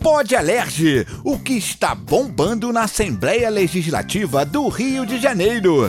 Pode Alerge, o que está bombando na Assembleia Legislativa do Rio de Janeiro.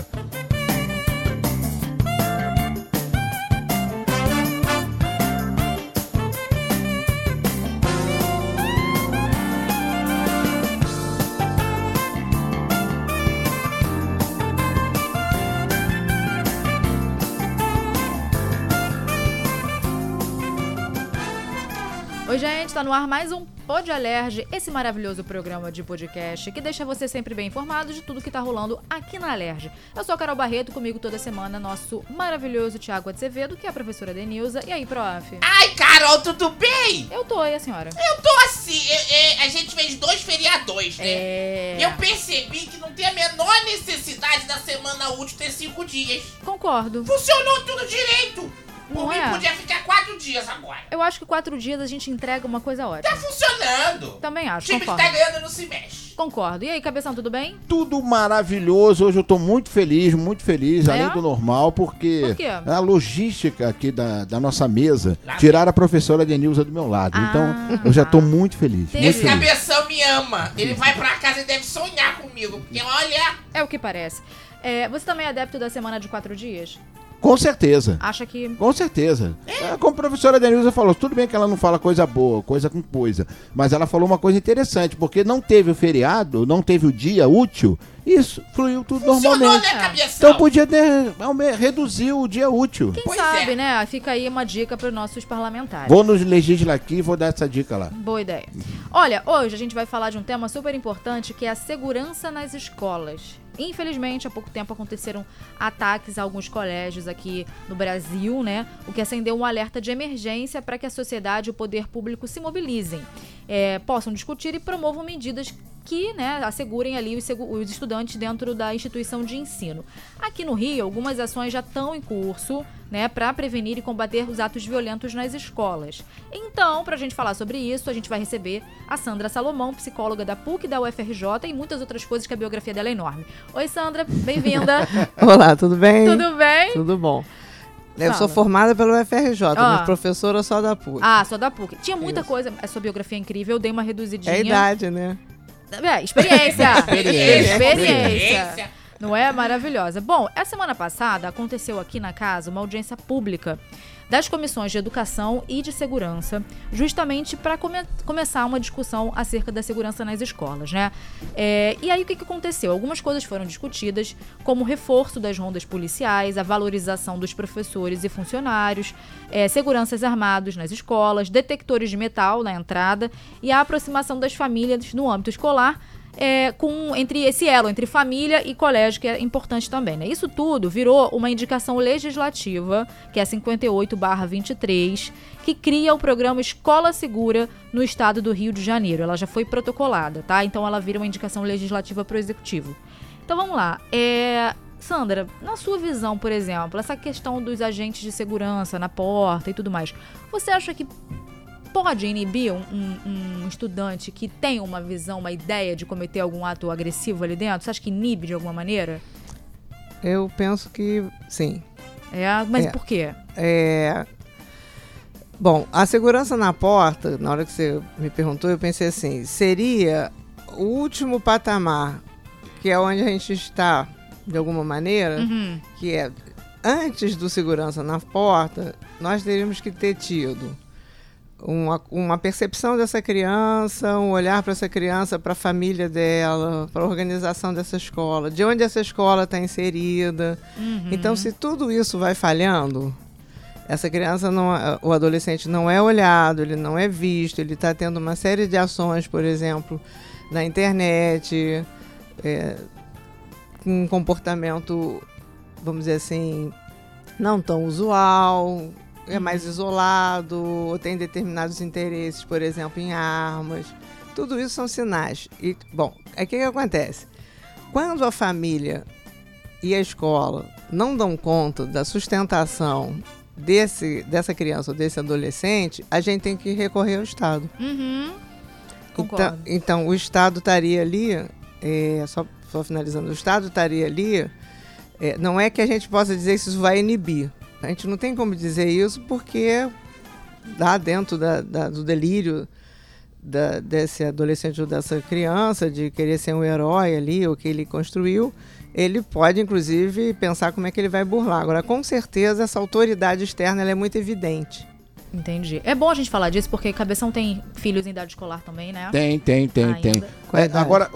Oi, gente, tá no ar mais um Pode Alerge, esse maravilhoso programa de podcast que deixa você sempre bem informado de tudo que tá rolando aqui na Alerge. Eu sou a Carol Barreto, comigo toda semana nosso maravilhoso Thiago Azevedo, que é a professora Denilza. E aí, prof? Ai, Carol, tudo bem? Eu tô, e a senhora? Eu tô assim, a gente fez 2 feriadões, né? Eu percebi que não tem a menor necessidade da semana útil ter 5 dias. Concordo. Funcionou tudo direito. Não Por mim, é? podia ficar 4 dias agora. Eu acho que 4 dias a gente entrega uma coisa ótima. Tá funcionando. Também O acho, time concordo. que tá ganhando não se mexe. Concordo. E aí, Cabeção, tudo bem? Tudo maravilhoso. Hoje eu tô muito feliz, além do normal, porque Por quê? a logística aqui da nossa mesa, tiraram a professora Denilza do meu lado. Então, eu já tô muito feliz. Entendi. Muito Esse feliz. Cabeção me ama. Ele vai pra casa e deve sonhar comigo. Porque olha... É o que parece. Você também é adepto da semana de 4 dias? Com certeza. Acha que... Com certeza. Como a professora Denilza falou, tudo bem que ela não fala coisa boa, coisa com coisa, mas ela falou uma coisa interessante, porque não teve o feriado, não teve o dia útil, isso fluiu tudo Funcionou, normalmente. né, Cabeção? Então podia reduzir o dia útil. Quem Pois sabe, é. né? Fica aí uma dica para os nossos parlamentares. Vou nos legislar aqui e vou dar essa dica lá. Boa ideia. Olha, hoje a gente vai falar de um tema super importante, que é a segurança nas escolas. Infelizmente, há pouco tempo aconteceram ataques a alguns colégios aqui no Brasil, né? O que acendeu um alerta de emergência para que a sociedade e o poder público se mobilizem, possam discutir e promovam medidas que, né, assegurem ali os estudantes dentro da instituição de ensino. Aqui no Rio, algumas ações já estão em curso, né, para prevenir e combater os atos violentos nas escolas. Então, para a gente falar sobre isso, a gente vai receber a Sandra Salomão, psicóloga da PUC e da UFRJ e muitas outras coisas, que a biografia dela é enorme. Oi, Sandra, bem-vinda. Olá, tudo bem? Tudo bem? Tudo bom. Eu Fala. sou formada pelo UFRJ, mas professora só da PUC. Ah, só da PUC. Tinha muita coisa, a sua biografia é incrível, eu dei uma reduzidinha. É a idade, né? Experiência. Experiência. Não é? Maravilhosa. Bom, a semana passada aconteceu aqui na casa uma audiência pública das comissões de educação e de segurança, justamente para começar uma discussão acerca da segurança nas escolas, né? E aí o que aconteceu? Algumas coisas foram discutidas, como o reforço das rondas policiais, a valorização dos professores e funcionários, seguranças armados nas escolas, detectores de metal na entrada e a aproximação das famílias no âmbito escolar, entre esse elo entre família e colégio, que é importante também, né? Isso tudo virou uma indicação legislativa, que é a 58/23, que cria o programa Escola Segura no estado do Rio de Janeiro. Ela já foi protocolada, tá? Então ela vira uma indicação legislativa para o executivo. Então vamos lá. Sandra, na sua visão, por exemplo, essa questão dos agentes de segurança na porta e tudo mais, você acha que pode inibir um estudante que tem uma visão, uma ideia de cometer algum ato agressivo ali dentro? Você acha que inibe de alguma maneira? Eu penso que sim. Mas por quê? Bom, a segurança na porta, na hora que você me perguntou, eu pensei assim, seria o último patamar, que é onde a gente está, de alguma maneira, que é, antes do segurança na porta, nós teríamos que ter tido uma percepção dessa criança, um olhar para essa criança, para a família dela, para a organização dessa escola, de onde essa escola está inserida. Então, se tudo isso vai falhando, essa criança, o adolescente não é olhado, ele não é visto, ele está tendo uma série de ações, por exemplo, na internet, com um comportamento, vamos dizer assim, não tão usual, é mais isolado, ou tem determinados interesses, por exemplo, em armas. Tudo isso são sinais. E, bom, aí o que acontece? Quando a família e a escola não dão conta da sustentação dessa criança ou desse adolescente, a gente tem que recorrer ao Estado. Concordo. Então, o Estado estaria ali, só finalizando, o Estado estaria ali, não é que a gente possa dizer se isso vai inibir. A gente não tem como dizer isso porque lá dentro do delírio desse adolescente ou dessa criança, de querer ser um herói ali, o que ele construiu, ele pode, inclusive, pensar como é que ele vai burlar. Agora, com certeza, essa autoridade externa ela é muito evidente. Entendi. É bom a gente falar disso, porque Cabeção tem filhos em idade escolar também, né? Tem. Agora,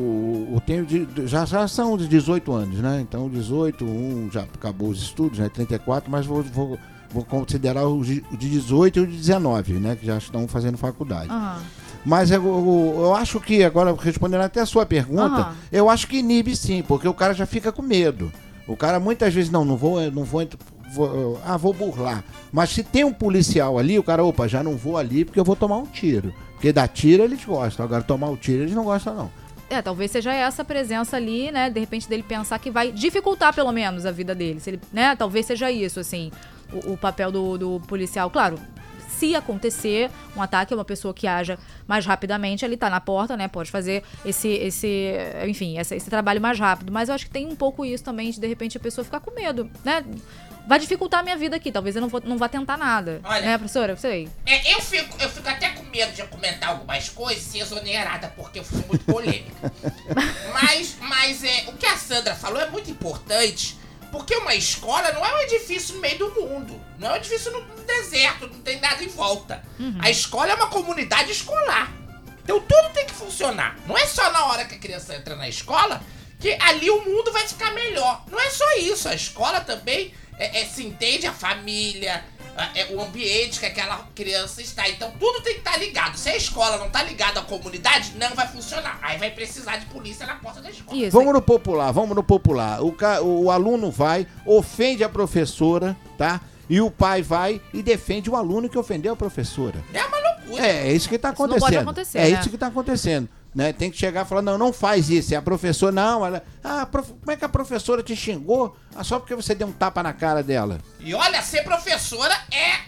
já são de 18 anos, né? Então, 18, um já acabou os estudos, né? 34, mas vou considerar o de 18 e o de 19, né? Que já estão fazendo faculdade. Mas eu acho que, agora respondendo até a sua pergunta, eu acho que inibe sim, porque o cara já fica com medo. O cara muitas vezes, não vou burlar. Mas se tem um policial ali, o cara, já não vou ali porque eu vou tomar um tiro. Porque dar tiro eles gostam, agora tomar o tiro eles não gostam não. Talvez seja essa presença ali, né, de repente dele pensar que vai dificultar pelo menos a vida dele. Se ele, né, talvez seja isso, assim, o papel do policial. Claro, se acontecer um ataque a uma pessoa que haja mais rapidamente, ele tá na porta, né, pode fazer esse trabalho mais rápido. Mas eu acho que tem um pouco isso também, de repente a pessoa ficar com medo, né? Vai dificultar a minha vida aqui, talvez eu não vá tentar nada. Olha, né, professora? Eu sei. Eu fico até com medo de comentar algumas coisas e ser exonerada, porque eu fui muito polêmica. mas o que a Sandra falou é muito importante, porque uma escola não é um edifício no meio do mundo, não é um edifício no deserto, não tem nada em volta. A escola é uma comunidade escolar. Então tudo tem que funcionar. Não é só na hora que a criança entra na escola que ali o mundo vai ficar melhor. Não é só isso, a escola também se entende a família, o ambiente que aquela criança está. Então tudo tem que estar ligado. Se a escola não está ligada à comunidade, não vai funcionar. Aí vai precisar de polícia na porta da escola. Isso. Vamos no popular. O aluno vai, ofende a professora, tá? E o pai vai e defende o aluno que ofendeu a professora. É uma loucura. É isso que está acontecendo. Isso não pode acontecer, né? isso que está acontecendo. Né? Tem que chegar e falar, não faz isso. E a professora, como é que a professora te xingou? Só porque você deu um tapa na cara dela. E olha, ser professora é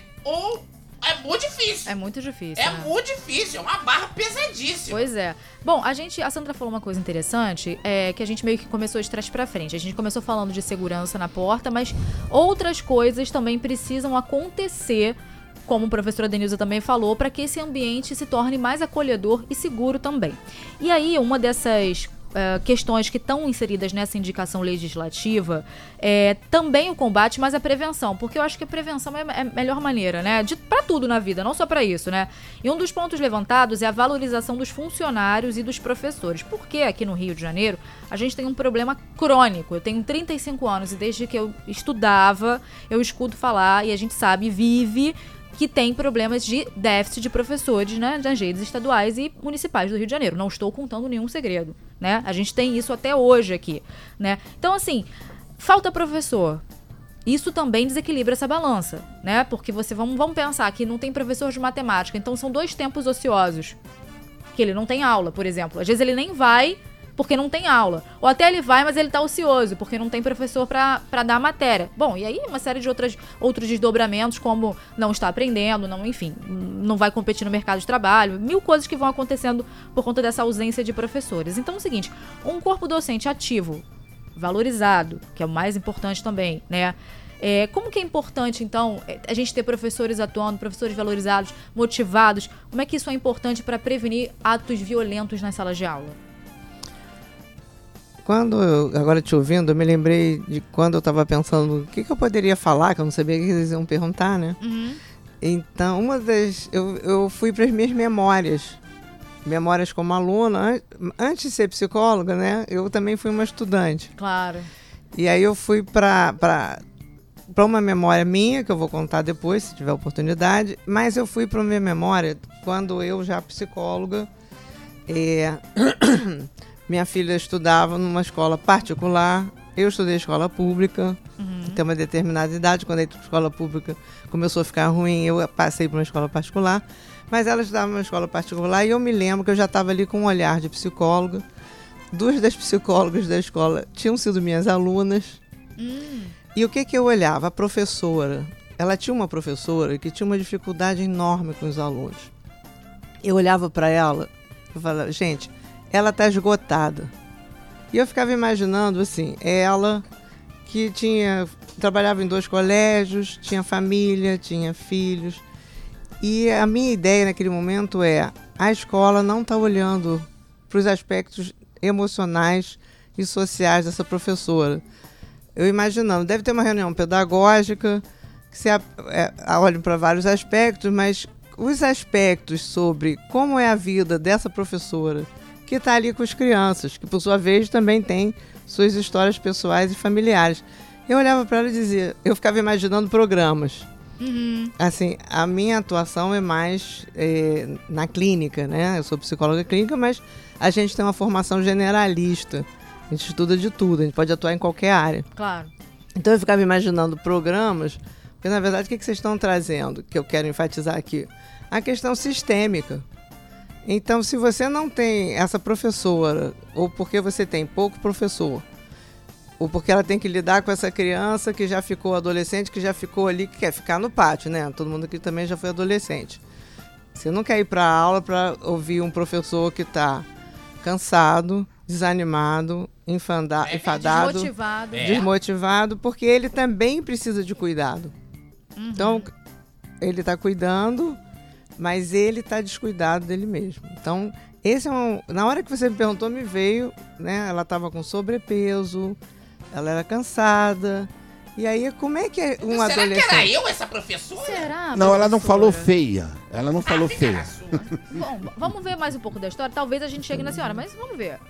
muito difícil. É muito difícil. É muito difícil, é uma barra pesadíssima. Pois é. Bom, a Sandra falou uma coisa interessante, que a gente meio que começou de trás pra frente. A gente começou falando de segurança na porta, mas outras coisas também precisam acontecer, como a professora Denilza também falou, para que esse ambiente se torne mais acolhedor e seguro também. E aí, uma dessas questões que estão inseridas nessa indicação legislativa é também o combate, mas a prevenção, porque eu acho que a prevenção é a melhor maneira, né? Pra tudo na vida, não só pra isso, né? E um dos pontos levantados é a valorização dos funcionários e dos professores, porque aqui no Rio de Janeiro a gente tem um problema crônico. Eu tenho 35 anos e desde que eu estudava, eu escuto falar e a gente sabe, vive que tem problemas de déficit de professores, né, das redes estaduais e municipais do Rio de Janeiro. Não estou contando nenhum segredo, né? A gente tem isso até hoje aqui, né? Então, assim, falta professor. Isso também desequilibra essa balança, né? Porque vamos pensar que não tem professor de matemática, então são 2 tempos ociosos. Que ele não tem aula, por exemplo. Às vezes ele nem vai porque não tem aula. Ou até ele vai, mas ele tá ocioso, porque não tem professor pra dar a matéria. Bom, e aí uma série de outros desdobramentos, como não está aprendendo, não vai competir no mercado de trabalho, 1000 coisas que vão acontecendo por conta dessa ausência de professores. Então é o seguinte, um corpo docente ativo, valorizado, que é o mais importante também, né? Como que é importante, então, a gente ter professores atuando, professores valorizados, motivados? Como é que isso é importante para prevenir atos violentos nas salas de aula? Agora te ouvindo, eu me lembrei de quando eu estava pensando o que eu poderia falar, que eu não sabia o que eles iam perguntar, né? Então, eu fui para as minhas memórias como aluna. Antes de ser psicóloga, né? Eu também fui uma estudante. Claro. E aí eu fui para uma memória minha, que eu vou contar depois, se tiver oportunidade, mas eu fui para uma memória quando eu já psicóloga, minha filha estudava numa escola particular, eu estudei escola pública, até uma determinada idade. Quando a escola pública começou a ficar ruim, eu passei para uma escola particular, mas ela estudava numa escola particular e eu me lembro que eu já estava ali com um olhar de psicóloga. 2 das psicólogas da escola tinham sido minhas alunas. E o que eu olhava? A professora, ela tinha uma professora que tinha uma dificuldade enorme com os alunos. Eu olhava para ela e falava, gente, ela está esgotada. E eu ficava imaginando, assim, ela que trabalhava em 2 colégios, tinha família, tinha filhos. E a minha ideia naquele momento a escola não está olhando para os aspectos emocionais e sociais dessa professora. Eu imaginando, deve ter uma reunião pedagógica que se olhe para vários aspectos, mas os aspectos sobre como é a vida dessa professora que está ali com as crianças, que por sua vez também tem suas histórias pessoais e familiares. Eu olhava para ela e dizia, eu ficava imaginando programas. Assim, a minha atuação é mais na clínica, né? Eu sou psicóloga clínica, mas a gente tem uma formação generalista. A gente estuda de tudo, a gente pode atuar em qualquer área. Claro. Então eu ficava imaginando programas, porque na verdade o que vocês estão trazendo, que eu quero enfatizar aqui? A questão sistêmica. Então, se você não tem essa professora, ou porque você tem pouco professor, ou porque ela tem que lidar com essa criança que já ficou adolescente, que já ficou ali, que quer ficar no pátio, né? Todo mundo aqui também já foi adolescente. Você não quer ir para a aula para ouvir um professor que está cansado, desanimado, enfadado, desmotivado, porque ele também precisa de cuidado. Então, ele está cuidando, mas ele está descuidado dele mesmo. Então, na hora que você me perguntou, me veio, né? Ela estava com sobrepeso, ela era cansada. E aí, como é que um adolescente... Será que era eu, essa professora? Será? Não, ela não falou feia. Ela não falou feia. Bom, vamos ver mais um pouco da história. Talvez a gente chegue na senhora, mas vamos ver.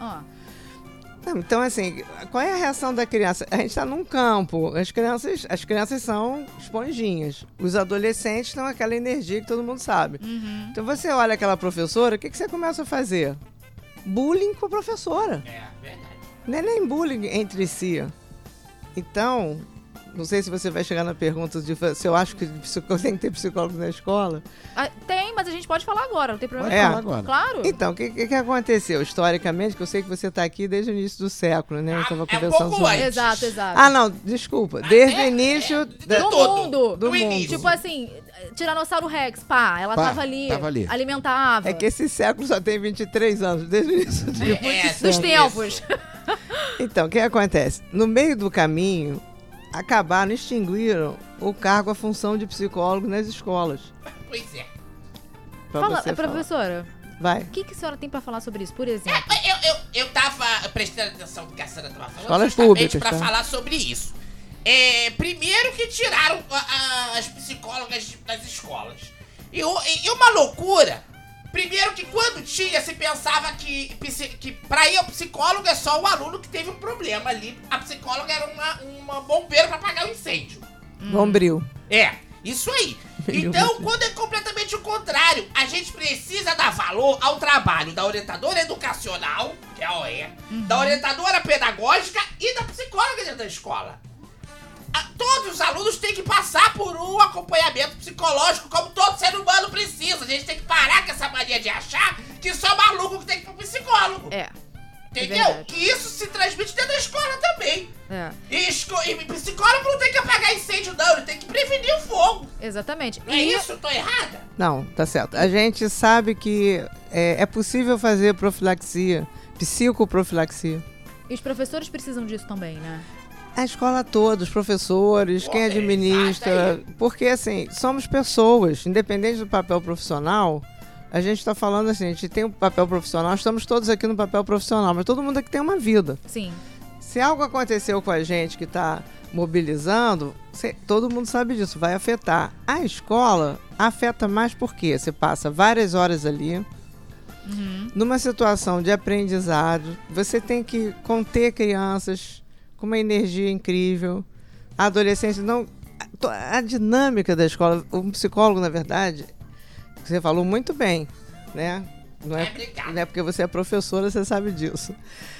Então, assim, qual é a reação da criança? A gente está num campo, as crianças são esponjinhas. Os adolescentes estão aquela energia que todo mundo sabe. Então, você olha aquela professora, o que você começa a fazer? Bullying com a professora. É, verdade. Não é nem bullying entre si. Então, não sei se você vai chegar na pergunta de se eu acho que tem que ter psicólogo na escola. Tem, mas a gente pode falar agora, não tem problema. Pode falar agora. Claro. Então, o que aconteceu historicamente? Que eu sei que você está aqui desde o início do século, né? Eu estava conversando um pouco sobre antes. Exato. não, desculpa. Desde o início do mundo. Tipo assim, Tiranossauro Rex, ela tava ali, alimentava. É que esse século só tem 23 anos, desde o início dos tempos. Então, o que acontece? No meio do caminho, extinguiram o cargo, a função de psicólogo nas escolas. Pois é. Professora, vai. O que a senhora tem para falar sobre isso, por exemplo? Eu tava prestando atenção no que a Sandra tava falando, escolas justamente públicas, para tá? falar sobre isso. Primeiro que tiraram as psicólogas das escolas. E uma loucura. Primeiro que quando se pensava que pra ir ao psicólogo é só o aluno que teve um problema ali. A psicóloga era uma bombeira pra apagar o incêndio. Bombril. Isso aí. Então, quando é completamente o contrário, a gente precisa dar valor ao trabalho da orientadora educacional, que é a OE, da orientadora pedagógica e da psicóloga dentro da escola. Todos os alunos têm que passar por um acompanhamento psicológico, como todo ser humano precisa. A gente tem que parar com essa mania de achar que só maluco que tem que ir pro psicólogo. Entendeu? Que isso se transmite dentro da escola também. E psicólogo não tem que apagar incêndio, não. Ele tem que prevenir o fogo. Exatamente. Não é isso? Eu tô errada? Não, tá certo. A gente sabe que é possível fazer profilaxia, psicoprofilaxia. E os professores precisam disso também, né? A escola toda, os professores, quem administra. Porque, assim, somos pessoas, independente do papel profissional. A gente está falando assim, a gente tem um papel profissional, estamos todos aqui no papel profissional, mas todo mundo aqui tem uma vida. Sim. Se algo aconteceu com a gente que está mobilizando, todo mundo sabe disso, vai afetar. A escola afeta mais porque você passa várias horas ali, numa situação de aprendizado, você tem que conter crianças com uma energia incrível, a adolescência não... A dinâmica da escola, um psicólogo, na verdade, você falou muito bem, né? Não é porque você é professora, você sabe disso.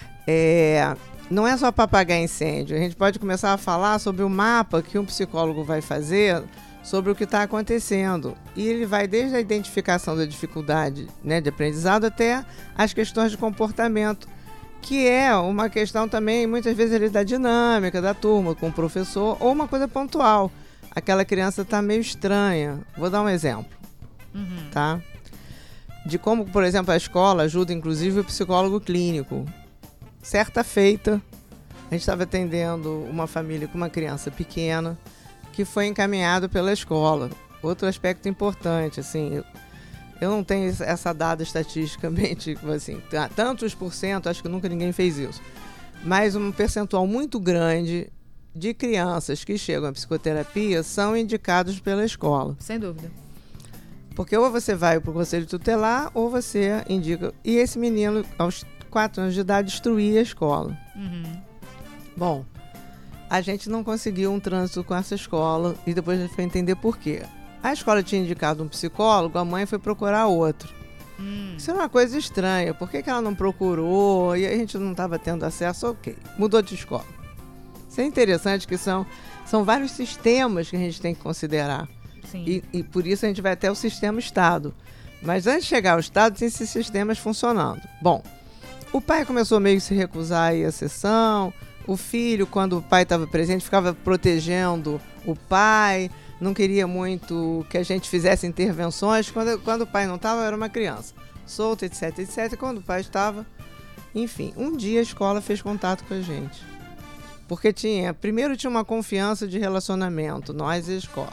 Não é só para apagar incêndio. A gente pode começar a falar sobre o mapa que um psicólogo vai fazer sobre o que está acontecendo. E ele vai desde a identificação da dificuldade, né, de aprendizado até as questões de comportamento, que é uma questão também, muitas vezes, ali, da dinâmica da turma com o professor, ou uma coisa pontual. Aquela criança está meio estranha. Vou dar um exemplo. Tá? De como, por exemplo, a escola ajuda, inclusive, o psicólogo clínico. Certa feita, a gente estava atendendo uma família com uma criança pequena que foi encaminhado pela escola. outro aspecto importante, assim, eu não tenho essa dada estatisticamente, assim, tantos por cento, acho que nunca ninguém fez isso. Mas um percentual muito grande de crianças que chegam à psicoterapia são indicados pela escola. Sem dúvida. Porque ou você vai para o conselho tutelar ou você indica. E esse menino, aos 4 anos de idade, destruía a escola. Bom, a gente não conseguiu um trânsito com essa escola e depois a gente foi entender por quê. A escola tinha indicado um psicólogo, a mãe foi procurar outro. Isso é uma coisa estranha. Por que ela não procurou e a gente não estava tendo acesso? Ok, mudou de escola. Isso é interessante que são vários sistemas que a gente tem que considerar. Sim. E por isso a gente vai até o sistema Estado. Mas antes de chegar ao Estado, tem esses sistemas funcionando. Bom, o pai começou meio que se recusar a ir à sessão. O filho, quando o pai estava presente, ficava protegendo o pai. Não queria muito que a gente fizesse intervenções. Quando o pai não estava, era uma criança solta, etc, etc. Quando o pai estava... Enfim, um dia a escola fez contato com a gente. Porque primeiro tinha uma confiança de relacionamento, nós e a escola.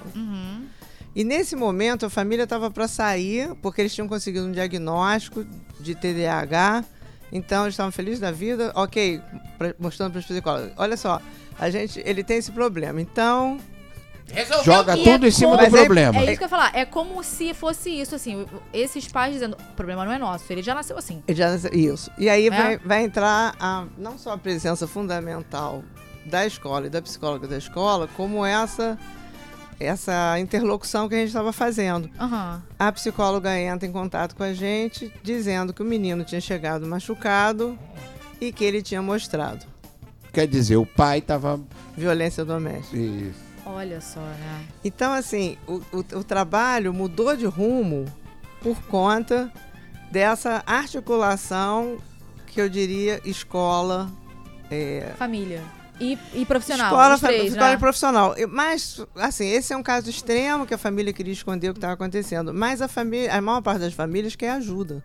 E nesse momento a família estava para sair, porque eles tinham conseguido um diagnóstico de TDAH. Então eles estavam felizes da vida. Ok, mostrando para os psicólogos. Olha só, ele tem esse problema. Então... Resolveu. Joga tudo em cima do problema. É isso que eu ia falar. É como se fosse isso, assim. Esses pais dizendo, o problema não é nosso. Ele já nasceu assim. Isso. E aí vai entrar não só a presença fundamental da escola e da psicóloga da escola, como essa interlocução que a gente estava fazendo. A psicóloga entra em contato com a gente, dizendo que o menino tinha chegado machucado e que ele tinha mostrado. Quer dizer, o pai estava... Violência doméstica. Isso. Olha só, né? Então, assim, o trabalho mudou de rumo por conta dessa articulação que eu diria escola... família. E profissional. Escola e profissional. Mas, assim, esse é um caso extremo que a família queria esconder o que estava acontecendo. Mas a maior parte das famílias quer ajuda.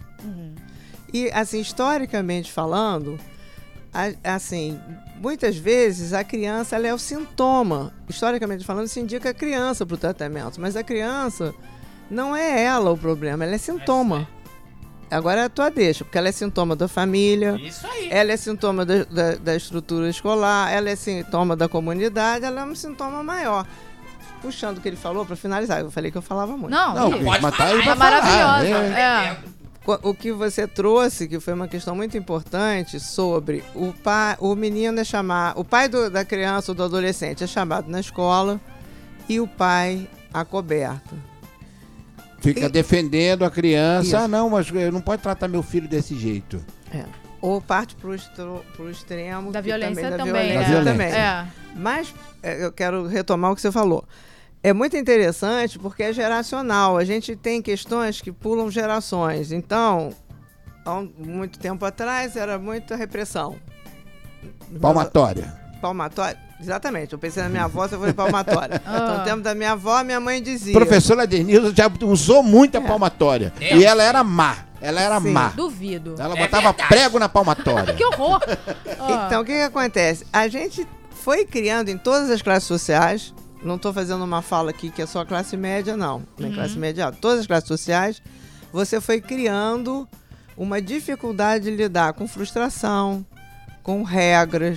E, assim, historicamente falando, assim, muitas vezes a criança ela é o sintoma. Historicamente falando, se indica a criança para o tratamento. Mas a criança não é ela o problema, ela é sintoma. Agora é a tua deixa, porque ela é sintoma da família. Isso aí. Ela é sintoma da estrutura escolar, ela é sintoma da comunidade, ela é um sintoma maior. Puxando o que ele falou, para finalizar, eu falei que eu falava muito. Não, pode mas tá aí falar. pra é maravilhosa. falar, O que você trouxe, que foi uma questão muito importante, sobre o menino o pai da criança ou do adolescente é chamado na escola e o pai acoberta. Fica defendendo a criança. Isso. Não, mas eu não pode tratar meu filho desse jeito. Ou parte pro extremo Da violência da também. violência também. É. Mas eu quero retomar o que você falou. É muito interessante porque é geracional. A gente tem questões que pulam gerações. Então, há muito tempo atrás, era muita repressão. Palmatória. Exatamente. Eu pensei na minha avó, você foi palmatória. Então, no tempo da minha avó, minha mãe dizia... Professora Denilson já usou muito a palmatória. Deus. E ela era má. Ela era Sim. má. Duvido. Ela É botava verdade. prego na palmatória. Que horror! Então, o que acontece? A gente foi criando em todas as classes sociais, não estou fazendo uma fala aqui que é só classe média, não. Nem classe média alta. Todas as classes sociais, você foi criando uma dificuldade de lidar com frustração, com regras,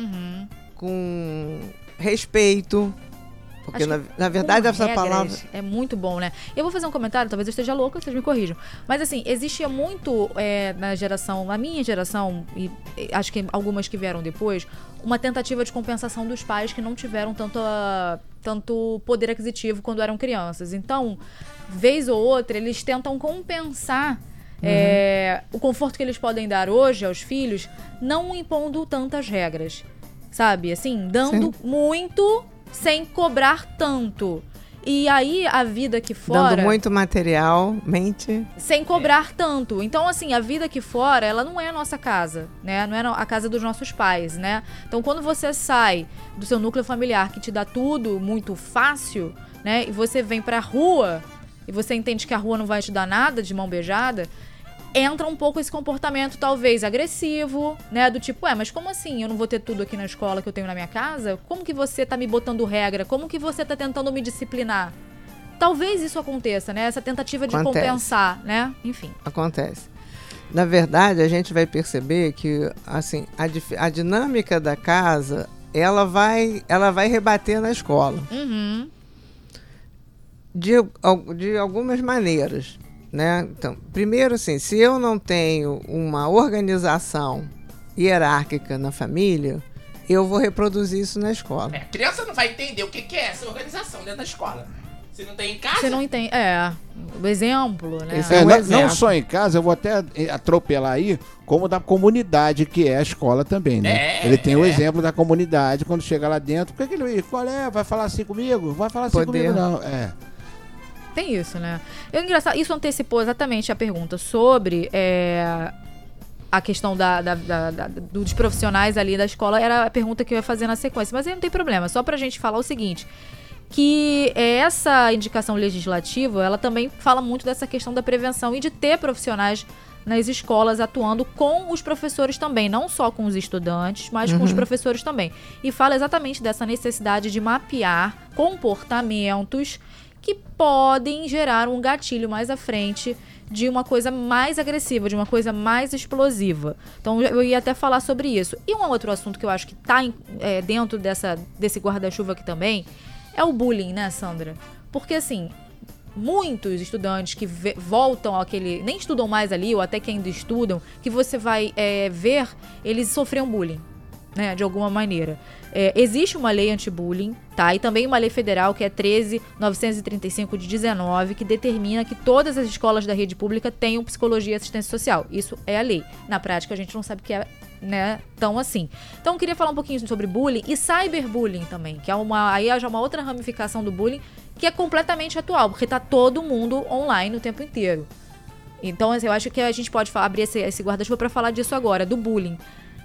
com respeito. Porque, Acho na verdade, com essa regras palavra... é muito bom, né? Eu vou fazer um comentário, talvez eu esteja louca, vocês me corrijam. Mas assim, existia muito na minha geração, e acho que algumas que vieram depois, uma tentativa de compensação dos pais que não tiveram tanto poder aquisitivo quando eram crianças. Então, vez ou outra, eles tentam compensar o conforto que eles podem dar hoje aos filhos, não impondo tantas regras. Sabe? Assim, dando muito... sem cobrar tanto. E aí, a vida aqui fora... Dando muito materialmente. Sem cobrar tanto. Então, assim, a vida aqui fora, ela não é a nossa casa, né? Não é a casa dos nossos pais, né? Então, quando você sai do seu núcleo familiar, que te dá tudo muito fácil, né? E você vem pra rua, e você entende que a rua não vai te dar nada de mão beijada... entra um pouco esse comportamento, talvez, agressivo, né? Do tipo, mas como assim? Eu não vou ter tudo aqui na escola que eu tenho na minha casa? Como que você tá me botando regra? Como que você tá tentando me disciplinar? talvez isso aconteça, né? Essa tentativa de compensar, né? Enfim. Acontece. Na verdade, a gente vai perceber que, assim, a dinâmica da casa, ela vai rebater na escola. Uhum. De algumas maneiras, né? Então, primeiro, assim, se eu não tenho uma organização hierárquica na família, eu vou reproduzir isso na escola. A criança não vai entender o que é essa organização dentro da escola. Se não tem em casa... Você não entende. O exemplo, né? Não só em casa, eu vou até atropelar aí, como da comunidade que é a escola também, né? Ele tem o exemplo da comunidade, quando chega lá dentro, por que ele vai falar assim comigo? Vai falar assim comigo, não. Tem isso, né? Engraçado, isso antecipou exatamente a pergunta sobre a questão dos profissionais ali da escola, era a pergunta que eu ia fazer na sequência, mas aí não tem problema, só pra gente falar o seguinte, que essa indicação legislativa, ela também fala muito dessa questão da prevenção e de ter profissionais nas escolas atuando com os professores também, não só com os estudantes, mas com os professores também. E fala exatamente dessa necessidade de mapear comportamentos que podem gerar um gatilho mais à frente de uma coisa mais agressiva, de uma coisa mais explosiva. Então eu ia até falar sobre isso. E um outro assunto que eu acho que está dentro desse guarda-chuva aqui também é o bullying, né, Sandra? Porque, assim, muitos estudantes que voltam àquele... nem estudam mais ali, ou até que ainda estudam, que você vai ver, eles sofreram bullying, né, de alguma maneira. Existe uma lei anti-bullying, tá? E também uma lei federal, que é 13.935 de 19, que determina que todas as escolas da rede pública tenham psicologia e assistência social. Isso é a lei. Na prática, a gente não sabe o que é, né, tão assim. Então, eu queria falar um pouquinho sobre bullying e cyberbullying também, que aí já uma outra ramificação do bullying, que é completamente atual, porque tá todo mundo online o tempo inteiro. Então, assim, eu acho que a gente pode abrir esse guarda-chuva para falar disso agora, do bullying.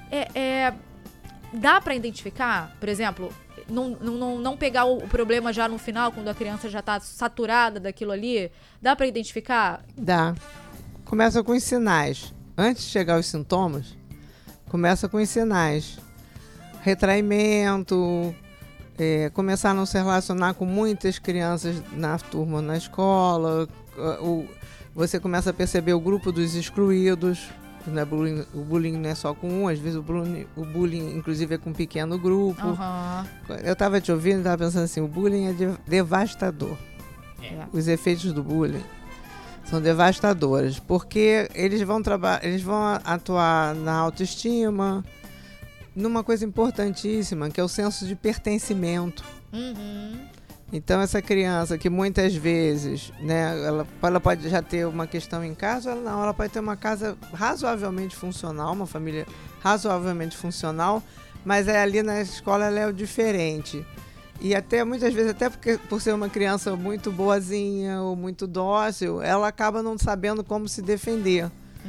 Dá para identificar, por exemplo, não pegar o problema já no final, quando a criança já tá saturada daquilo ali? Dá para identificar? Dá. Começa com os sinais. Antes de chegar aos sintomas, começa com os sinais. Retraimento, começar a não se relacionar com muitas crianças na turma, na escola. Você começa a perceber o grupo dos excluídos. Né? O bullying não é só com um, às vezes o bullying inclusive é com um pequeno grupo. Eu estava te ouvindo e estava pensando assim, o bullying é devastador. Os efeitos do bullying são devastadores, porque eles vão atuar na autoestima, numa coisa importantíssima, que é o senso de pertencimento. Então, essa criança que muitas vezes, né, ela pode já ter uma questão em casa, ela pode ter uma casa razoavelmente funcional, uma família razoavelmente funcional, mas ali na escola ela é o diferente. E até muitas vezes, até por ser uma criança muito boazinha ou muito dócil, ela acaba não sabendo como se defender.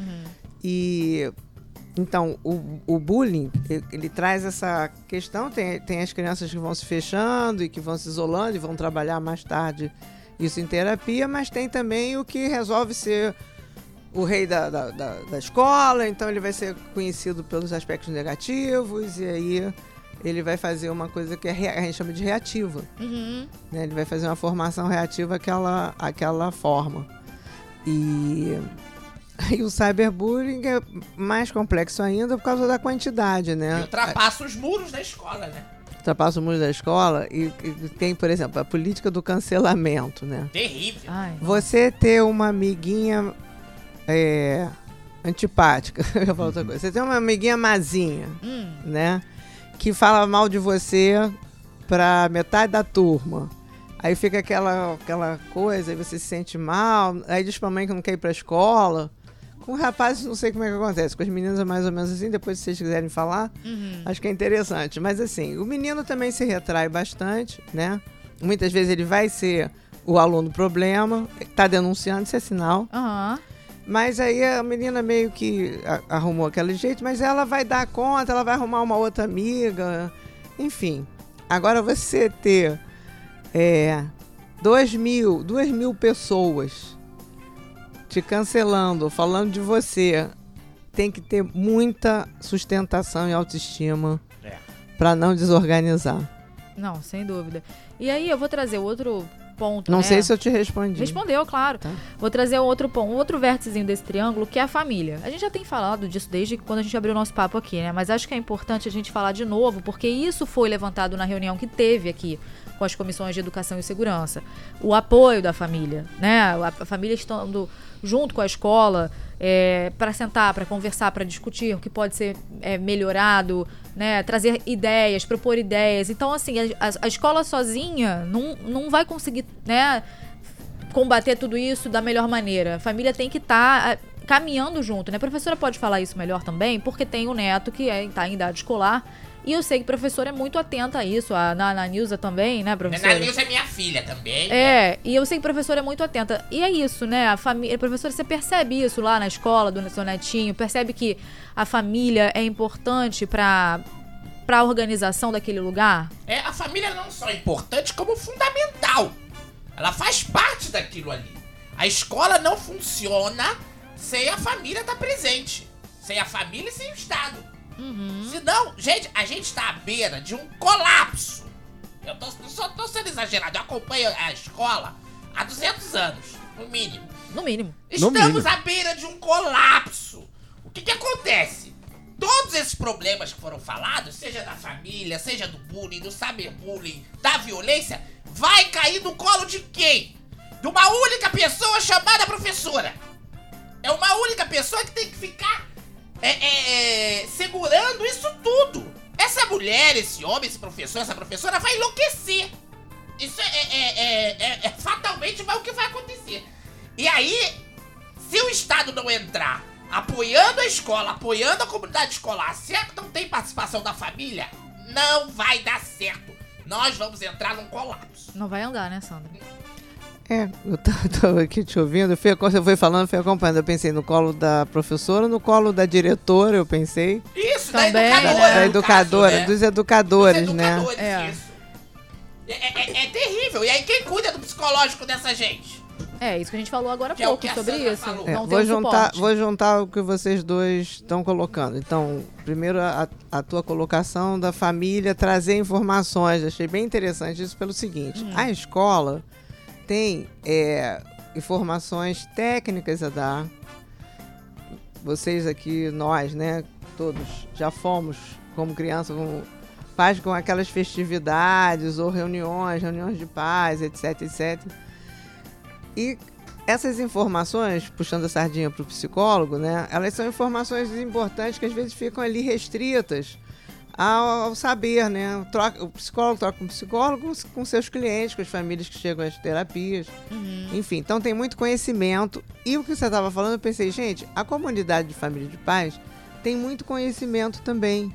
Então, o bullying, ele traz essa questão, tem as crianças que vão se fechando e que vão se isolando e vão trabalhar mais tarde isso em terapia, mas tem também o que resolve ser o rei da escola, então ele vai ser conhecido pelos aspectos negativos e aí ele vai fazer uma coisa que a gente chama de reativa. Né? Ele vai fazer uma formação reativa àquela forma. E o cyberbullying é mais complexo ainda por causa da quantidade, né? E ultrapassa os muros da escola, né? Ultrapassa os muros da escola e tem, por exemplo, a política do cancelamento, né? Terrível. Você ter uma amiguinha antipática, eu ia falar outra coisa. Você tem uma amiguinha mazinha, né? Que fala mal de você pra metade da turma. Aí fica aquela coisa, aí você se sente mal, aí diz pra mãe que não quer ir pra escola. Com rapazes, não sei como é que acontece. Com as meninas é mais ou menos assim, depois se vocês quiserem falar, acho que é interessante. Mas assim, o menino também se retrai bastante, né? Muitas vezes ele vai ser o aluno problema, tá denunciando, isso é sinal. Mas aí a menina meio que arrumou aquele jeito, mas ela vai dar conta, ela vai arrumar uma outra amiga, enfim. Agora você ter 2.000 pessoas te cancelando, falando de você, tem que ter muita sustentação e autoestima para não desorganizar. Não, sem dúvida. E aí eu vou trazer outro ponto. Não né? sei se eu te respondi. Respondeu, claro. Tá. Vou trazer outro ponto, outro vérticezinho desse triângulo, que é a família. A gente já tem falado disso desde quando a gente abriu o nosso papo aqui, né? Mas acho que é importante a gente falar de novo, porque isso foi levantado na reunião que teve aqui com as comissões de educação e segurança. O apoio da família, né? A família estando junto com a escola para sentar, para conversar, para discutir o que pode ser melhorado, né? Trazer ideias, propor ideias. Então, assim, a escola sozinha não vai conseguir, né, combater tudo isso da melhor maneira. A família tem que estar caminhando junto, né? A professora pode falar isso melhor também, porque tem o neto que está em idade escolar. E eu sei que a professora é muito atenta a isso. A Nilza também, né, professora? A Nilza é minha filha também. E eu sei que a professora é muito atenta. E é isso, né? A professora, você percebe isso lá na escola do seu netinho? Percebe que a família é importante para a organização daquele lugar? A família não só é importante, como fundamental. Ela faz parte daquilo ali. A escola não funciona sem a família estar presente. Sem a família e sem o Estado. Senão, gente, a gente está à beira de um colapso. Eu tô sendo exagerado. Eu acompanho a escola há 200 anos, no mínimo. No mínimo. Estamos à beira de um colapso. O que acontece? Todos esses problemas que foram falados, seja da família, seja do bullying, do cyberbullying, da violência, vai cair no colo de quem? De uma única pessoa chamada professora. É uma única pessoa que tem que ficar segurando isso tudo. Essa mulher, esse homem, esse professor, essa professora vai enlouquecer. Isso fatalmente o que vai acontecer. E aí, se o Estado não entrar apoiando a escola, apoiando a comunidade escolar, se não tem participação da família, não vai dar certo. Nós vamos entrar num colapso. Não vai andar, né, Sandra? Eu tava aqui te ouvindo, você foi falando, fui acompanhando. Eu pensei no colo da professora, no colo da diretora, eu pensei. Isso, também, da educadora, né? Dos educadores, né? Isso. É terrível. E aí, quem cuida do psicológico dessa gente? Isso que a gente falou agora há pouco sobre isso. Não vou juntar o que vocês dois estão colocando. Então, primeiro a tua colocação da família, trazer informações. Achei bem interessante isso pelo seguinte. A escola tem informações técnicas a dar. Vocês aqui, nós, né, todos já fomos como criança, como pais, com aquelas festividades ou reuniões de pais, etc, etc. E essas informações, puxando a sardinha para o psicólogo, né, elas são informações importantes que às vezes ficam ali restritas ao saber, né? O psicólogo troca com o psicólogo, com seus clientes, com as famílias que chegam às terapias. Enfim, então tem muito conhecimento. E o que você estava falando, eu pensei, gente, a comunidade de família de pais tem muito conhecimento também.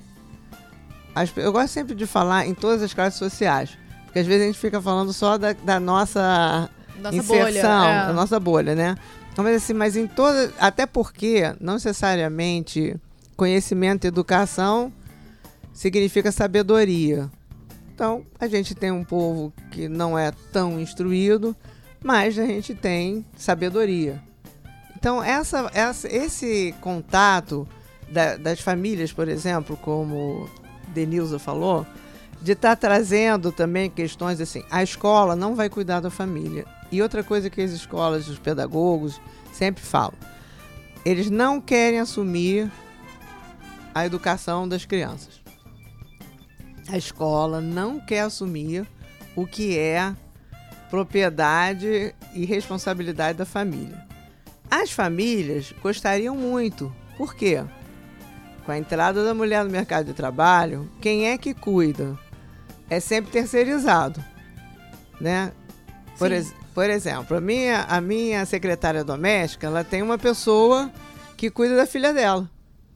Eu gosto sempre de falar em todas as classes sociais, porque às vezes a gente fica falando só da nossa inserção, bolha, da nossa bolha, né? Mas assim, em todas, até porque não necessariamente conhecimento e educação significa sabedoria. Então, a gente tem um povo que não é tão instruído, mas a gente tem sabedoria. Então, esse contato das famílias, por exemplo, como Denilza falou, de estar trazendo também questões assim, a escola não vai cuidar da família. E outra coisa que as escolas, os pedagogos sempre falam, eles não querem assumir a educação das crianças. A escola não quer assumir o que é propriedade e responsabilidade da família. As famílias gostariam muito. Por quê? Com a entrada da mulher no mercado de trabalho, quem é que cuida? É sempre terceirizado, né? Por exemplo, a minha secretária doméstica, ela tem uma pessoa que cuida da filha dela.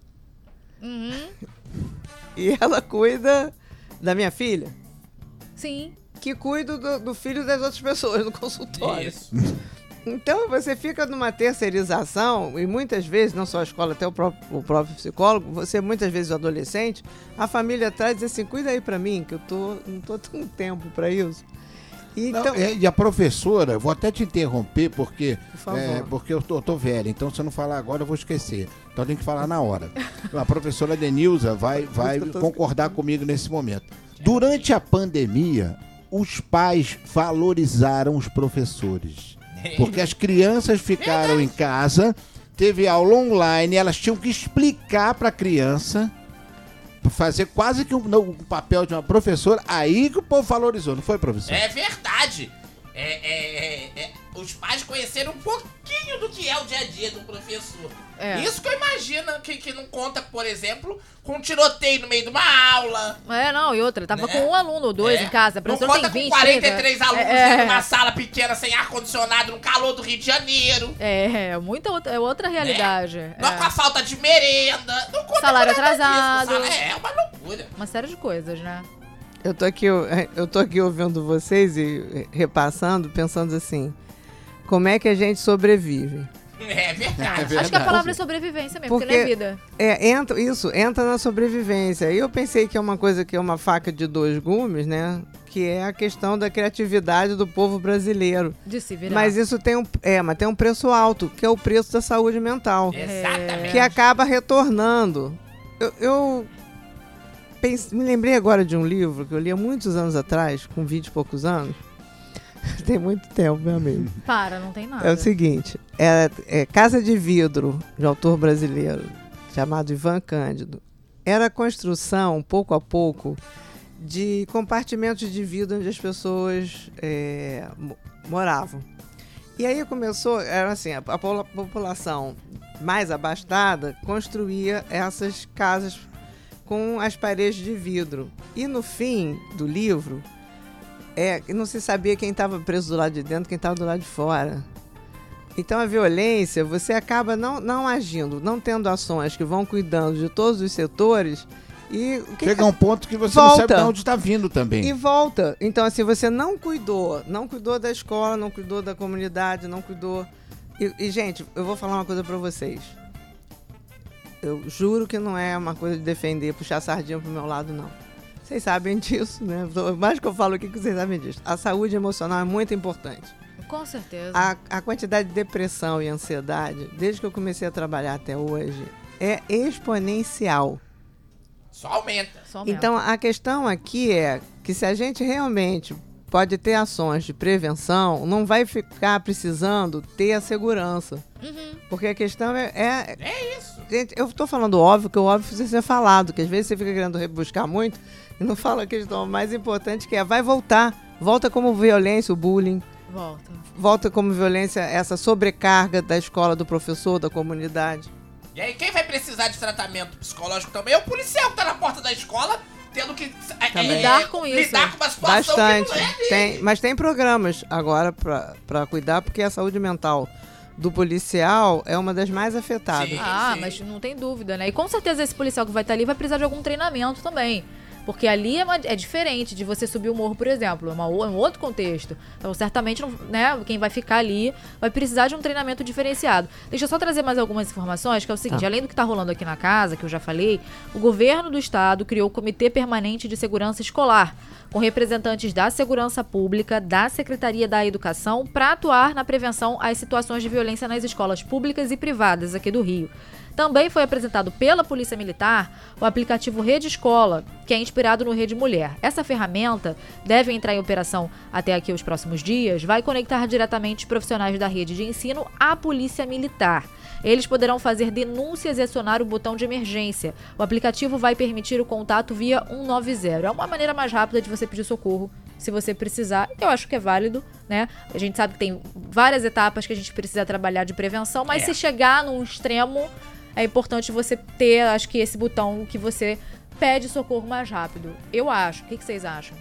E ela cuida da minha filha. Sim. Que cuida do filho das outras pessoas no consultório. Isso. Então você fica numa terceirização, e muitas vezes, não só a escola, até o próprio psicólogo, você muitas vezes o adolescente, a família atrás diz assim, cuida aí pra mim, que eu não tô tendo tempo pra isso. Então, e a professora, vou até te interromper, porque eu tô velho, então se eu não falar agora eu vou esquecer. Então tem que falar na hora. A professora Denilza vai concordar comigo nesse momento. Durante a pandemia, os pais valorizaram os professores. Porque as crianças ficaram em casa, teve aula online, elas tinham que explicar para a criança, fazer quase que um papel de uma professora, aí que o povo valorizou, não foi, professor? É verdade. Os pais conheceram um pouquinho do que é o dia a dia do professor. Isso que eu imagino que não conta, por exemplo, com um tiroteio no meio de uma aula. E outra, tava com um aluno ou dois em casa. A professora não conta tem 20, com 43 alunos dentro de uma sala pequena, sem ar-condicionado, no calor do Rio de Janeiro. Outra realidade. Não com a falta de merenda. Não conta salário com nada atrasado. Disso. É uma loucura. Uma série de coisas, né? Eu tô aqui ouvindo vocês e repassando, pensando assim, como é que a gente sobrevive? É verdade. Acho que a palavra é sobrevivência mesmo, porque não é vida. Entra na sobrevivência. E eu pensei que é uma coisa que é uma faca de dois gumes, né? Que é a questão da criatividade do povo brasileiro. De se virar. Mas isso tem um preço alto, que é o preço da saúde mental. Exatamente. Que acaba retornando. Me lembrei agora de um livro que eu li há muitos anos atrás, com 20 e poucos anos. Tem muito tempo, meu amigo. Não tem nada. É o seguinte, é Casa de Vidro, de autor brasileiro, chamado Ivan Cândido. Era a construção, pouco a pouco, de compartimentos de vidro onde as pessoas moravam. E aí era assim, a população mais abastada construía essas casas com as paredes de vidro. E no fim do livro, não se sabia quem estava preso do lado de dentro, quem estava do lado de fora. Então a violência, você acaba não agindo, não tendo ações que vão cuidando de todos os setores. E chega um ponto que você não sabe de onde está vindo também. E volta. Então assim, você não cuidou da escola, não cuidou da comunidade, não cuidou... E gente, eu vou falar uma coisa para vocês. Eu juro que não é uma coisa de defender, puxar sardinha pro meu lado, não. Vocês sabem disso, né? Mais que eu falo aqui que vocês sabem disso. A saúde emocional é muito importante. Com certeza. A quantidade de depressão e ansiedade, desde que eu comecei a trabalhar até hoje, é exponencial. Só aumenta. Então, a questão aqui é que se a gente realmente pode ter ações de prevenção, não vai ficar precisando ter a segurança. Porque a questão é isso. Gente, eu tô falando óbvio, que o óbvio precisa ser falado, que às vezes você fica querendo rebuscar muito e não fala a questão mais importante, que vai voltar. Volta como violência, o bullying. Volta como violência essa sobrecarga da escola, do professor, da comunidade. E aí quem vai precisar de tratamento psicológico também é o policial que tá na porta da escola, tendo que lidar com isso. Lidar com uma situação bastante. Que não é dele. Mas tem programas agora para cuidar, porque a saúde mental do policial é uma das mais afetadas. Sim. Mas não tem dúvida, né? E com certeza esse policial que vai estar ali vai precisar de algum treinamento também. Porque ali é diferente de você subir o morro, por exemplo. É um outro contexto. Então, certamente, quem vai ficar ali vai precisar de um treinamento diferenciado. Deixa eu só trazer mais algumas informações, que é o seguinte. Além do que está rolando aqui na casa, que eu já falei, o governo do estado criou o Comitê Permanente de Segurança Escolar, com representantes da Segurança Pública, da Secretaria da Educação, para atuar na prevenção às situações de violência nas escolas públicas e privadas aqui do Rio. Também foi apresentado pela Polícia Militar o aplicativo Rede Escola, que é inspirado no Rede Mulher. Essa ferramenta deve entrar em operação até aqui os próximos dias, vai conectar diretamente os profissionais da rede de ensino à Polícia Militar. Eles poderão fazer denúncias e acionar o botão de emergência. O aplicativo vai permitir o contato via 190. É uma maneira mais rápida de você pedir socorro se você precisar. Eu acho que é válido, né? A gente sabe que tem várias etapas que a gente precisa trabalhar de prevenção, mas se chegar num extremo, é importante você ter, acho que esse botão que você pede socorro mais rápido. Eu acho. O que vocês acham?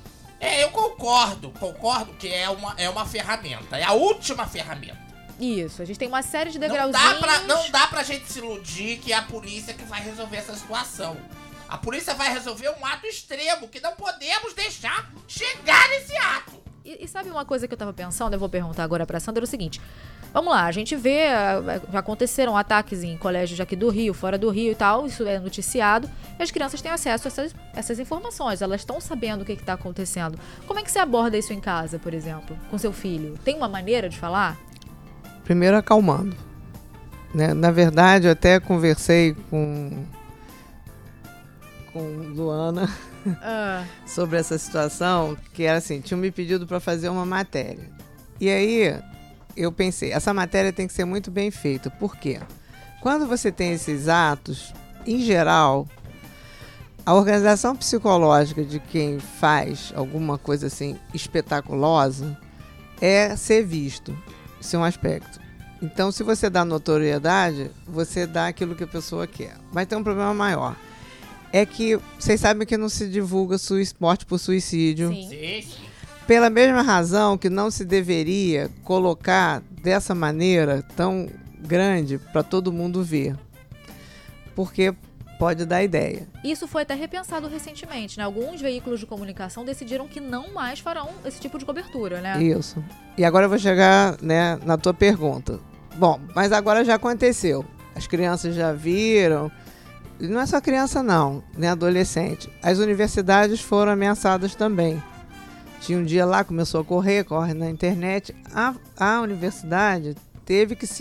Eu concordo que é uma ferramenta. É a última ferramenta. Isso, a gente tem uma série de degrauzinhos. Não dá pra gente se iludir que é a polícia que vai resolver essa situação. A polícia vai resolver um ato extremo que não podemos deixar chegar nesse ato. E sabe uma coisa que eu tava pensando? Eu vou perguntar agora pra Sandra, é o seguinte. Vamos lá, a gente vê, já aconteceram ataques em colégios aqui do Rio, fora do Rio e tal, isso é noticiado, e as crianças têm acesso a essas informações, elas estão sabendo o que está acontecendo. Como é que você aborda isso em casa, por exemplo, com seu filho? Tem uma maneira de falar? Primeiro acalmando. Né? Na verdade, eu até conversei com Luana sobre essa situação, que era assim, tinham me pedido para fazer uma matéria. E aí eu pensei, essa matéria tem que ser muito bem feita. Por quê? Quando você tem esses atos, em geral, a organização psicológica de quem faz alguma coisa assim espetaculosa é ser visto. Isso é um aspecto. Então, se você dá notoriedade, você dá aquilo que a pessoa quer. Mas tem um problema maior. É que vocês sabem que não se divulga morte por suicídio. Sim. Pela mesma razão que não se deveria colocar dessa maneira tão grande para todo mundo ver. Porque pode dar ideia. Isso foi até repensado recentemente, né? Alguns veículos de comunicação decidiram que não mais farão esse tipo de cobertura, né? Isso. E agora eu vou chegar, né, na tua pergunta. Bom, mas agora já aconteceu. As crianças já viram. E não é só criança não, né? Adolescente. As universidades foram ameaçadas também. Tinha um dia lá, começou a corre na internet. A universidade teve que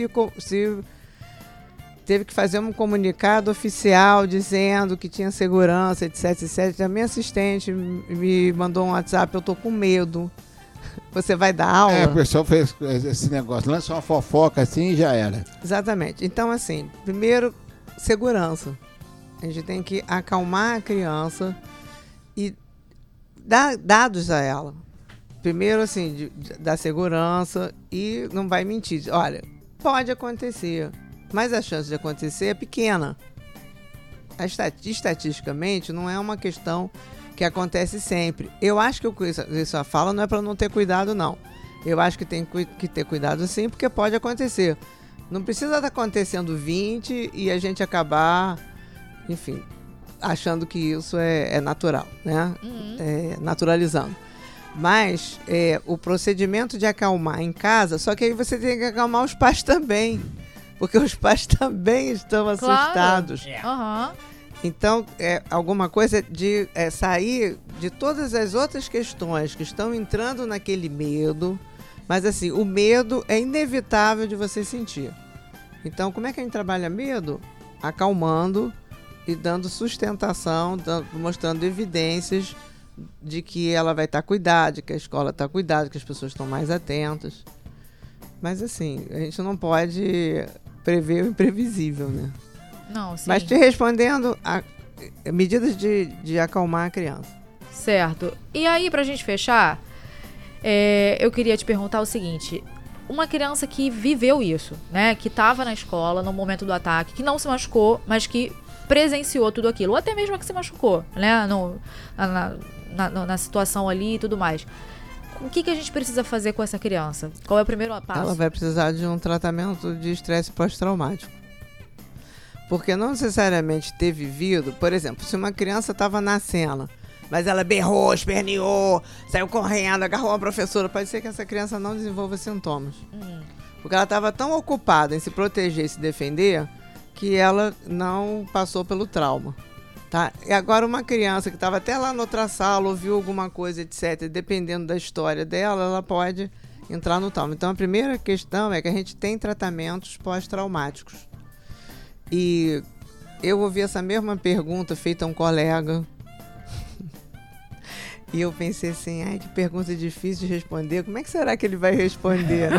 teve que fazer um comunicado oficial dizendo que tinha segurança, etc, etc. A minha assistente me mandou um WhatsApp, eu tô com medo. Você vai dar aula? O pessoal fez esse negócio, lança uma fofoca assim e já era. Exatamente. Então, assim, primeiro, segurança. A gente tem que acalmar a criança e dar dados a ela. Primeiro, assim, da segurança e não vai mentir. Olha, pode acontecer, mas a chance de acontecer é pequena. Estatisticamente, não é uma questão que acontece sempre. Eu acho que isso fala não é para não ter cuidado, não. Eu acho que tem que ter cuidado sim, porque pode acontecer. Não precisa estar acontecendo 20 e a gente acabar, enfim, achando que isso é natural, né? Naturalizando. Mas o procedimento de acalmar em casa, só que aí você tem que acalmar os pais também, porque os pais também estão assustados. Aham. Então, alguma coisa de sair de todas as outras questões que estão entrando naquele medo, mas assim, o medo é inevitável de você sentir. Então, como é que a gente trabalha medo? Acalmando e dando sustentação, mostrando evidências de que ela vai estar cuidada, de que a escola está cuidada, que as pessoas estão mais atentas. Mas assim, a gente não pode prever o imprevisível, né? Não, sim. Mas te respondendo, medidas de acalmar a criança. Certo. E aí, pra gente fechar, eu queria te perguntar o seguinte. Uma criança que viveu isso, né? Que estava na escola no momento do ataque, que não se machucou, mas que presenciou tudo aquilo. Ou até mesmo a que se machucou, né? Na situação ali e tudo mais. O que a gente precisa fazer com essa criança? Qual é o primeiro passo? Ela vai precisar de um tratamento de estresse pós-traumático. Porque não necessariamente ter vivido, por exemplo, se uma criança estava na cena, mas ela berrou, esperneou, saiu correndo, agarrou a professora, pode ser que essa criança não desenvolva sintomas. Porque ela estava tão ocupada em se proteger e se defender que ela não passou pelo trauma. Tá? E agora uma criança que estava até lá na outra sala, ouviu alguma coisa, etc., dependendo da história dela, ela pode entrar no trauma. Então a primeira questão é que a gente tem tratamentos pós-traumáticos. E eu ouvi essa mesma pergunta feita a um colega. E eu pensei assim, que pergunta difícil de responder. Como é que será que ele vai responder?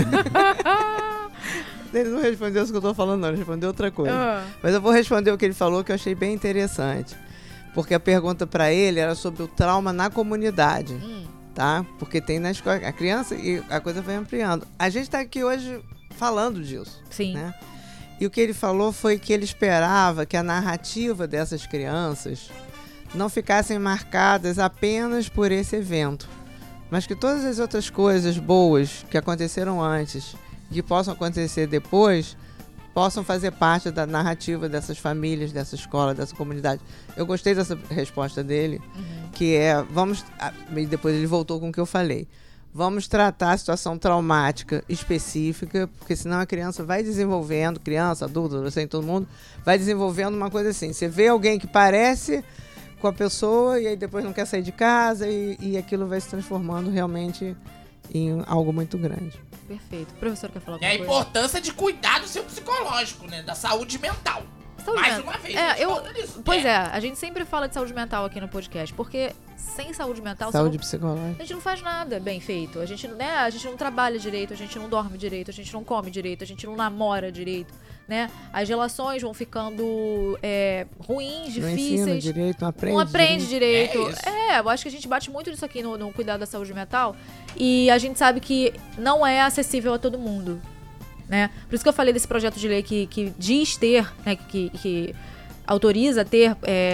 Ele não respondeu isso que eu estou falando, não. Ele respondeu outra coisa. Mas eu vou responder o que ele falou, que eu achei bem interessante. Porque a pergunta para ele era sobre o trauma na comunidade. Tá? Porque tem na escola a criança e a coisa vai ampliando. A gente está aqui hoje falando disso. Sim. Né? E o que ele falou foi que ele esperava que a narrativa dessas crianças não ficassem marcadas apenas por esse evento, mas que todas as outras coisas boas que aconteceram antes e que possam acontecer depois possam fazer parte da narrativa dessas famílias, dessa escola, dessa comunidade. Eu gostei dessa resposta dele, que e depois ele voltou com o que eu falei. Vamos tratar a situação traumática específica, porque senão a criança vai desenvolvendo, criança, adulto, adolescente, todo mundo, vai desenvolvendo uma coisa assim. Você vê alguém que parece com a pessoa e aí depois não quer sair de casa e aquilo vai se transformando realmente em algo muito grande. Perfeito. O professor quer falar alguma coisa? A importância de cuidar do seu psicológico, né? Da saúde mental. Mais uma vez, Pois é, a gente sempre fala de saúde mental aqui no podcast, porque sem saúde mental... Saúde psicológica. A gente não faz nada bem feito. A gente não trabalha direito, a gente não dorme direito, a gente não come direito, a gente não namora direito, né? As relações vão ficando ruins, difíceis. Não ensina direito, não aprende direito. Eu acho que a gente bate muito nisso aqui no cuidado da saúde mental, e a gente sabe que não é acessível a todo mundo, né? Por isso que eu falei desse projeto de lei que diz ter, né, que autoriza ter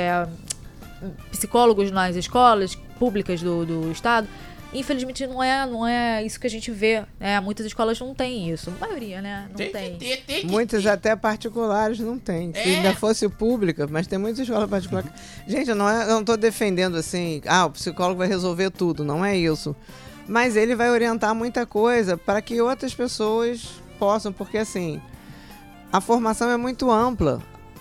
psicólogos nas escolas públicas do Estado. Infelizmente não é isso que a gente vê, né? Muitas escolas não têm isso. A maioria, né? Não tem. Muitas até particulares não têm. Se ainda fosse pública, mas tem muitas escolas particulares. Gente, eu não estou defendendo assim, o psicólogo vai resolver tudo, não é isso. Mas ele vai orientar muita coisa para que outras pessoas possam, porque assim, a formação é muito ampla.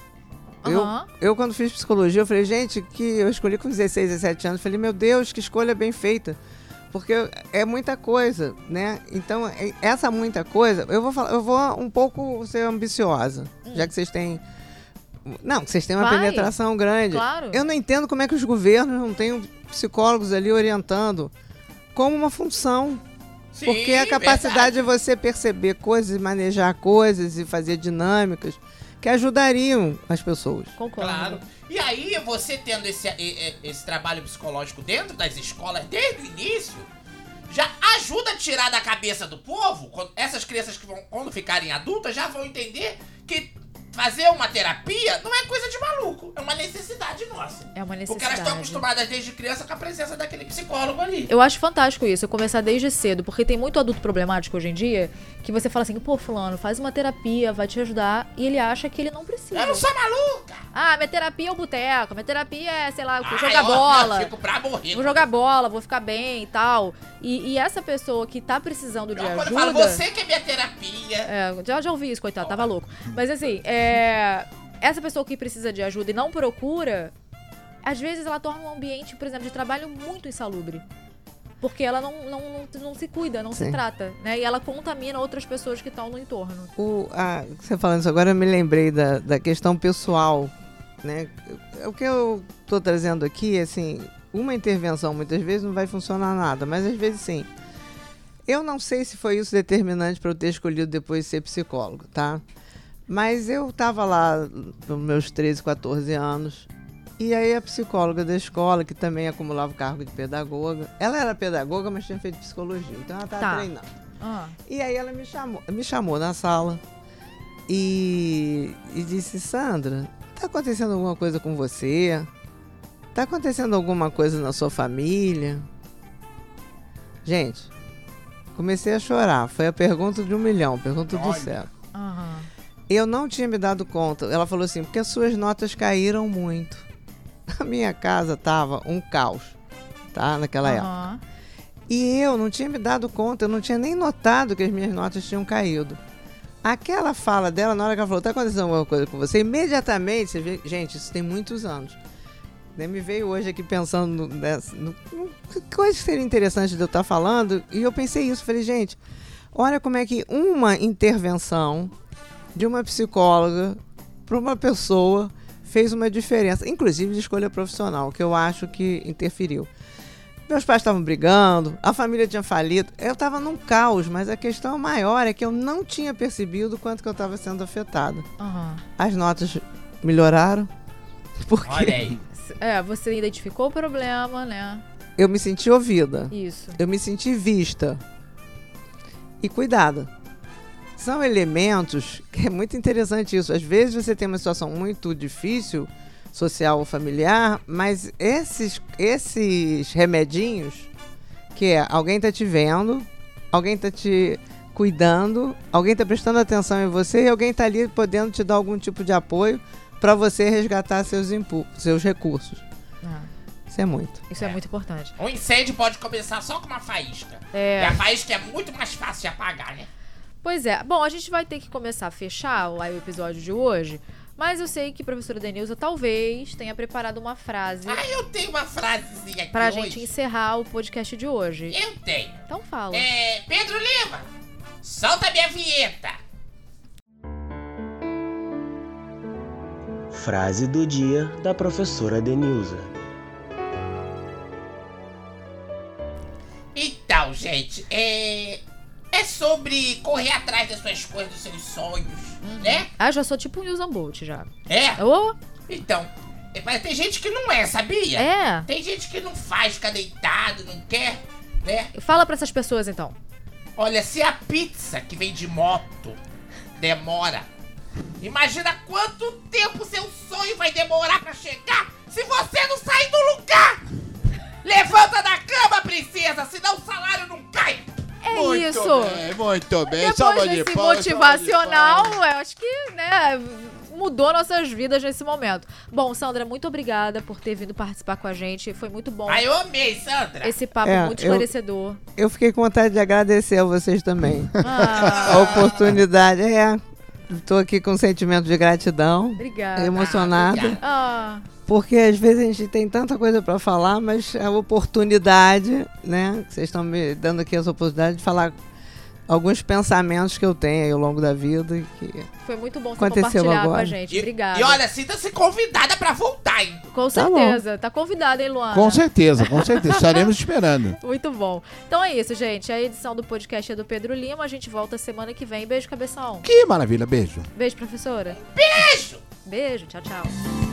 Eu quando fiz psicologia, eu falei, gente, que eu escolhi com 16, 17 anos, falei, meu Deus, que escolha bem feita. Porque é muita coisa, né? Então, essa muita coisa, eu vou um pouco ser ambiciosa, já que vocês têm... Não, vocês têm uma penetração grande. Claro. Eu não entendo como é que os governos não têm psicólogos ali orientando como uma função. Sim, porque a capacidade de você perceber coisas, manejar coisas e fazer dinâmicas que ajudariam as pessoas. Concordo. Claro. E aí, você tendo esse trabalho psicológico dentro das escolas, desde o início, já ajuda a tirar da cabeça do povo, essas crianças que quando ficarem adultas, já vão entender que fazer uma terapia não é coisa de maluco, é uma necessidade nossa. É uma necessidade. Porque elas estão acostumadas desde criança com a presença daquele psicólogo ali. Eu acho fantástico isso, eu começar desde cedo, porque tem muito adulto problemático hoje em dia, que você fala assim, pô, fulano, faz uma terapia, vai te ajudar, e ele acha que ele não precisa. Eu não sou maluca! Minha terapia é o boteco, minha terapia é, sei lá, jogar bola. Eu fico pra morrer. Vou jogar bola, vou ficar bem e tal. E essa pessoa que tá precisando de ajuda... Eu falo, você que é minha terapia. Já ouvi isso, coitado, tava louco. Mas assim, essa pessoa que precisa de ajuda e não procura, às vezes ela torna um ambiente, por exemplo, de trabalho muito insalubre. Porque ela não se cuida, não se trata, né? E ela contamina outras pessoas que estão no entorno. Você falando isso agora, eu me lembrei da questão pessoal, né? O que eu tô trazendo aqui, assim, uma intervenção muitas vezes não vai funcionar nada, mas às vezes sim. Eu não sei se foi isso determinante para eu ter escolhido depois ser psicólogo, tá? Mas eu estava lá nos meus 13, 14 anos, e aí a psicóloga da escola, que também acumulava o cargo de pedagoga, ela era pedagoga, mas tinha feito psicologia, então ela estava treinando. E aí ela me chamou na sala e disse, Sandra, tá acontecendo alguma coisa com você? Tá acontecendo alguma coisa na sua família? Gente, comecei a chorar, foi a pergunta de 1 milhão, pergunta do céu. Eu não tinha me dado conta. Ela falou assim, porque as suas notas caíram muito. A minha casa tava um caos, tá? Naquela época. E eu não tinha me dado conta, eu não tinha nem notado que as minhas notas tinham caído. Aquela fala dela, na hora que ela falou, tá acontecendo alguma coisa com você? Imediatamente, você vê, gente, isso tem muitos anos. Me veio hoje aqui pensando coisas que seriam interessantes de eu estar falando, e eu pensei isso, falei, gente, olha como é que uma intervenção de uma psicóloga para uma pessoa fez uma diferença, inclusive de escolha profissional, que eu acho que interferiu. Meus pais estavam brigando, a família tinha falido, eu estava num caos, mas a questão maior é que eu não tinha percebido o quanto que eu estava sendo afetada. As notas melhoraram. Porque olha aí. Você identificou o problema, né? Eu me senti ouvida. Isso. Eu me senti vista e cuidada. São elementos que é muito interessante isso. Às vezes você tem uma situação muito difícil, social ou familiar, mas esses remedinhos, que é alguém tá te vendo, alguém tá te cuidando, alguém tá prestando atenção em você e alguém tá ali podendo te dar algum tipo de apoio para você resgatar seus recursos. Isso é muito. Isso é muito importante. Um incêndio pode começar só com uma faísca. E a faísca é muito mais fácil de apagar, né? Pois é. Bom, a gente vai ter que começar a fechar o episódio de hoje, mas eu sei que a professora Denilza talvez tenha preparado uma frase. Eu tenho uma frasezinha aqui pra gente encerrar o podcast de hoje. Eu tenho. Então fala. Pedro Lima, solta a minha vinheta. Frase do dia da professora Denilza. Então, gente, é sobre correr atrás das suas coisas, dos seus sonhos, né? Ah, já sou tipo um Usain Bolt já. É? Ô, Então, mas tem gente que não é, sabia? é. Tem gente que não faz, fica deitado, não quer, né? Fala pra essas pessoas, então. Olha, se a pizza que vem de moto demora, imagina quanto tempo seu sonho vai demorar pra chegar se você não sair do lugar! Levanta da cama, princesa, senão o salário não cai! É isso. Muito bem. Depois Salva de desse palmas, motivacional, salva de palmas. eu acho que, né, mudou nossas vidas nesse momento. Bom, Sandra, muito obrigada por ter vindo participar com a gente. Foi muito bom. Aí eu amei, Sandra! Esse papo muito eu- esclarecedor. Eu fiquei com vontade de agradecer a vocês também. Ah, A oportunidade. Estou aqui com um sentimento de gratidão. obrigada. Emocionada. obrigado. Ah, Porque às vezes a gente tem tanta coisa para falar, mas a oportunidade, né? Vocês estão me dando aqui essa oportunidade de falar alguns pensamentos que eu tenho aí ao longo da vida. Que foi muito bom você Aconteceu compartilhar com agora. a gente. E, Obrigada. e olha, sinta-se convidada pra voltar, hein? Com Tá bom. certeza. Tá convidada, hein, Luana? Com certeza. Estaremos esperando. Muito bom. Então é isso, gente. A edição do podcast é do Pedro Lima. A gente volta semana que vem. Beijo, cabeção. Que maravilha. Beijo. Beijo, professora. Beijo! Beijo. Tchau, tchau.